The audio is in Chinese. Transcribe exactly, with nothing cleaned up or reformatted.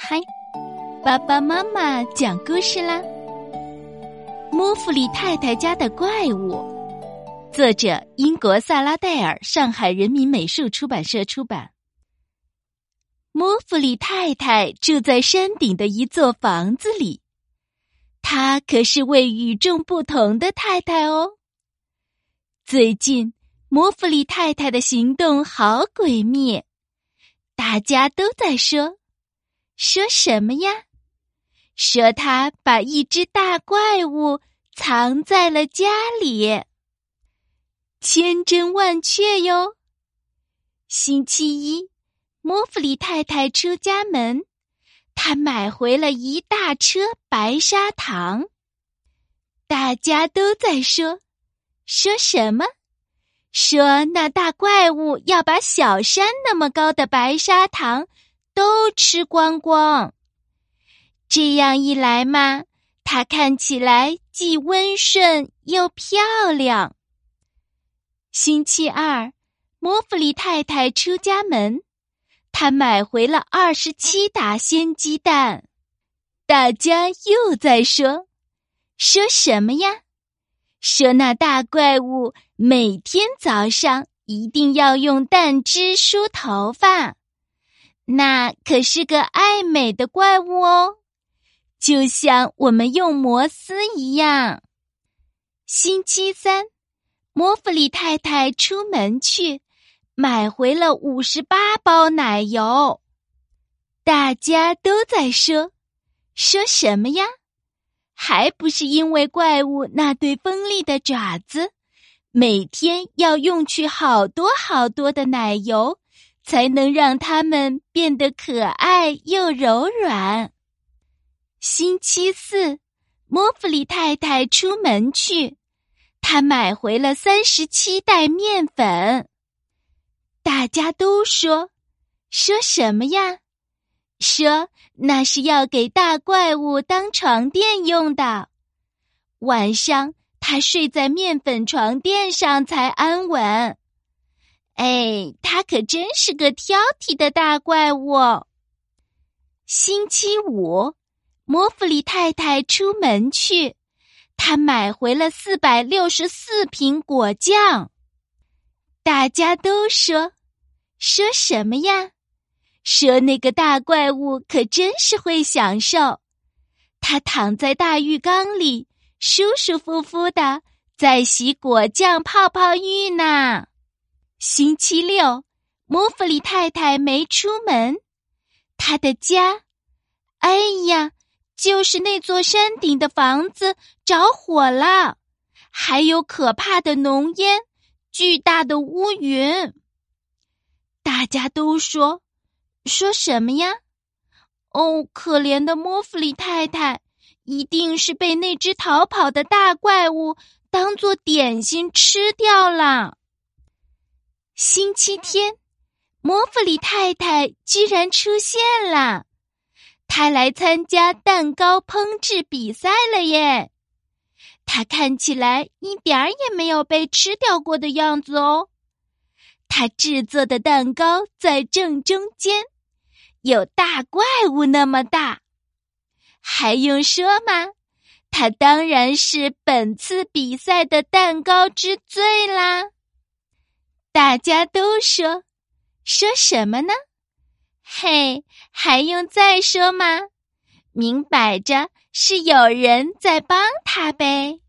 嗨，爸爸妈妈讲故事啦！莫弗里太太家的怪物，作者英国萨拉戴尔，上海人民美术出版社出版。莫弗里太太住在山顶的一座房子里，她可是位与众不同的太太哦。最近，莫弗里太太的行动好诡秘，大家都在说。说什么呀？说他把一只大怪物藏在了家里。千真万确哟。星期一，莫弗里太太出家门，她买回了一大车白砂糖。大家都在说，说什么？说那大怪物要把小山那么高的白砂糖都吃光光。这样一来嘛，它看起来既温顺又漂亮。星期二，莫弗里太太出家门，她买回了二十七打鲜鸡蛋。大家又在说，说什么呀？说那大怪物每天早上一定要用蛋汁梳头发。那可是个爱美的怪物哦，就像我们用摩丝一样。星期三，莫弗里太太出门去，买回了五十八包奶油。大家都在说，说什么呀？还不是因为怪物那对锋利的爪子，每天要用去好多好多的奶油，才能让它们变得可爱又柔软。星期四，莫弗里太太出门去，她买回了三十七袋面粉。大家都说，说什么呀？说那是要给大怪物当床垫用的。晚上，她睡在面粉床垫上才安稳。哎，他可真是个挑剔的大怪物。星期五，莫弗里太太出门去，她买回了四百六十四瓶果酱。大家都说，说什么呀？说那个大怪物可真是会享受。他躺在大浴缸里，舒舒服服的在洗果酱泡泡浴呢。星期六，莫弗里太太没出门，她的家，哎呀，就是那座山顶的房子着火了，还有可怕的浓烟，巨大的乌云。大家都说，说什么呀？哦，可怜的莫弗里太太，一定是被那只逃跑的大怪物当作点心吃掉了。星期天，莫弗里太太居然出现了，她来参加蛋糕烹制比赛了耶！她看起来一点儿也没有被吃掉过的样子哦。她制作的蛋糕在正中间，有大怪物那么大。还用说吗？她当然是本次比赛的蛋糕之最啦！大家都说，说什么呢？嘿，还用再说吗？明摆着是有人在帮他呗。